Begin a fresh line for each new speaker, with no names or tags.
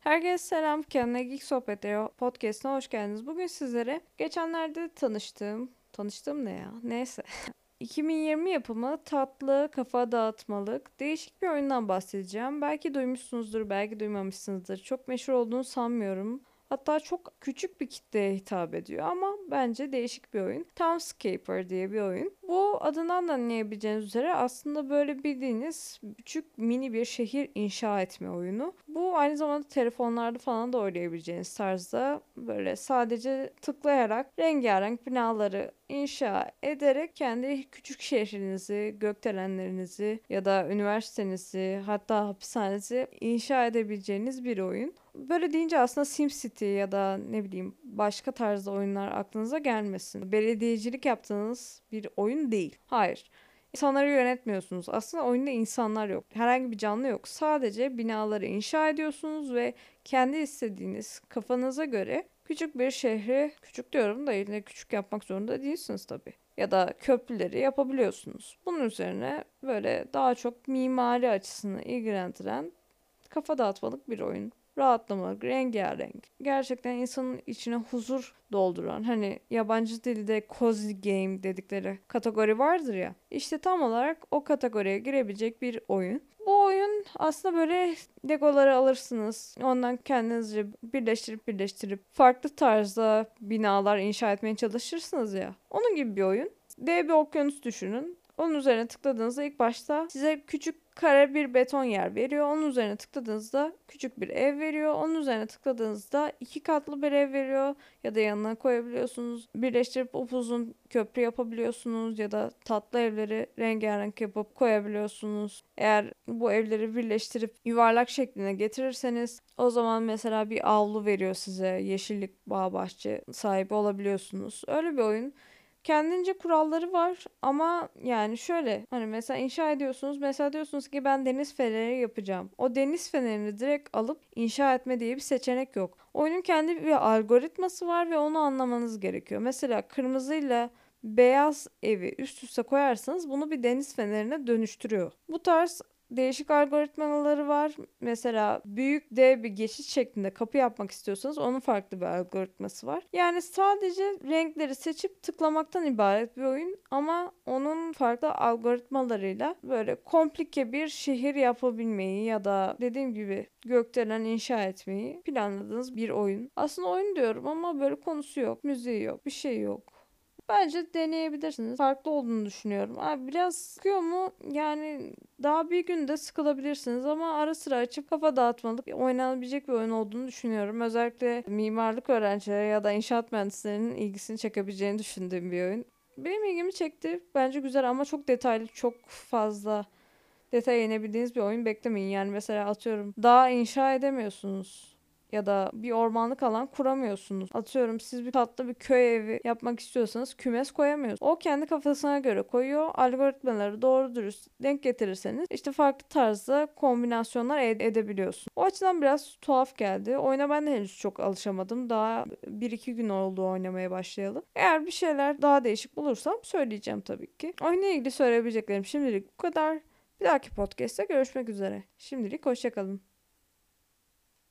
Herkese selam. Kendine Geek Sohbetleri podcast'ına hoş geldiniz. Bugün sizlere geçenlerde tanıştığım ne ya? Neyse. 2020 yapımı tatlı, kafa dağıtmalık, değişik bir oyundan bahsedeceğim. Belki duymuşsunuzdur, belki duymamışsınızdır. Çok meşhur olduğunu sanmıyorum. Hatta çok küçük bir kitleye hitap ediyor ama bence değişik bir oyun. Townscaper diye bir oyun. Bu adından da anlayabileceğiniz üzere aslında böyle bildiğiniz küçük mini bir şehir inşa etme oyunu. Bu aynı zamanda telefonlarda falan da oynayabileceğiniz tarzda böyle sadece tıklayarak rengarenk binaları inşa ederek kendi küçük şehrinizi, gökdelenlerinizi ya da üniversitenizi hatta hapishanenizi inşa edebileceğiniz bir oyun. Böyle deyince aslında SimCity ya da ne bileyim başka tarzda oyunlar aklınıza gelmesin. Belediyecilik yaptığınız bir oyun değil. Hayır. İnsanları yönetmiyorsunuz. Aslında oyunda insanlar yok. Herhangi bir canlı yok. Sadece binaları inşa ediyorsunuz ve kendi istediğiniz kafanıza göre küçük bir şehri, küçük diyorum da yine küçük yapmak zorunda değilsiniz tabii. Ya da köprüleri yapabiliyorsunuz. Bunun üzerine böyle daha çok mimari açısını ilgilendiren kafa dağıtmalık bir oyun. Rahatlamalık, rengarenk. Gerçekten insanın içine huzur dolduran, hani yabancı dilde cozy game dedikleri kategori vardır ya. İşte tam olarak o kategoriye girebilecek bir oyun. Bu oyun aslında böyle legoları alırsınız. Ondan kendinizce birleştirip farklı tarzda binalar inşa etmeye çalışırsınız ya. Onun gibi bir oyun. Dev bir okyanus düşünün. Onun üzerine tıkladığınızda ilk başta size küçük kare bir beton yer veriyor. Onun üzerine tıkladığınızda küçük bir ev veriyor. Onun üzerine tıkladığınızda iki katlı bir ev veriyor. Ya da yanına koyabiliyorsunuz. Birleştirip upuzun köprü yapabiliyorsunuz. Ya da tatlı evleri rengarenk yapıp koyabiliyorsunuz. Eğer bu evleri birleştirip yuvarlak şekline getirirseniz o zaman mesela bir avlu veriyor size. Yeşillik, bağ, bahçe sahibi olabiliyorsunuz. Öyle bir oyun. Kendince kuralları var ama yani şöyle hani mesela inşa ediyorsunuz, mesela diyorsunuz ki ben deniz feneri yapacağım. O deniz fenerini direkt alıp inşa etme diye bir seçenek yok. Oyunun kendi bir algoritması var ve onu anlamanız gerekiyor. Mesela kırmızıyla beyaz evi üst üste koyarsanız bunu bir deniz fenerine dönüştürüyor. Bu tarz değişik algoritmaları var. Mesela büyük dev bir geçit şeklinde kapı yapmak istiyorsanız onun farklı bir algoritması var. Yani sadece renkleri seçip tıklamaktan ibaret bir oyun ama onun farklı algoritmalarıyla böyle komplike bir şehir yapabilmeyi ya da dediğim gibi gökdelen inşa etmeyi planladığınız bir oyun. Aslında oyun diyorum ama böyle konusu yok, müziği yok, bir şey yok. Bence deneyebilirsiniz. Farklı olduğunu düşünüyorum. Abi biraz sıkıyor mu? Yani daha bir günde sıkılabilirsiniz ama ara sıra açıp kafa dağıtmalık oynanabilecek bir oyun olduğunu düşünüyorum. Özellikle mimarlık öğrencileri ya da inşaat mühendislerinin ilgisini çekebileceğini düşündüğüm bir oyun. Benim ilgimi çekti. Bence güzel ama çok detaylı, çok fazla detaya inebildiğiniz bir oyun beklemeyin. Yani mesela atıyorum daha inşa edemiyorsunuz ya da bir ormanlık alan kuramıyorsunuz. Atıyorum siz bir tatlı bir köy evi yapmak istiyorsanız kümes koyamıyorsunuz. O kendi kafasına göre koyuyor. Algoritmaları doğru dürüst denk getirirseniz işte farklı tarzda kombinasyonlar edebiliyorsun. O açıdan biraz tuhaf geldi. Oyuna ben de henüz çok alışamadım. Daha bir iki gün oldu oynamaya başlayalım. Eğer bir şeyler daha değişik bulursam söyleyeceğim tabii ki. Oyunla ilgili söyleyebileceklerim şimdilik bu kadar. Bir dahaki podcast'te görüşmek üzere. Şimdilik hoşça kalın.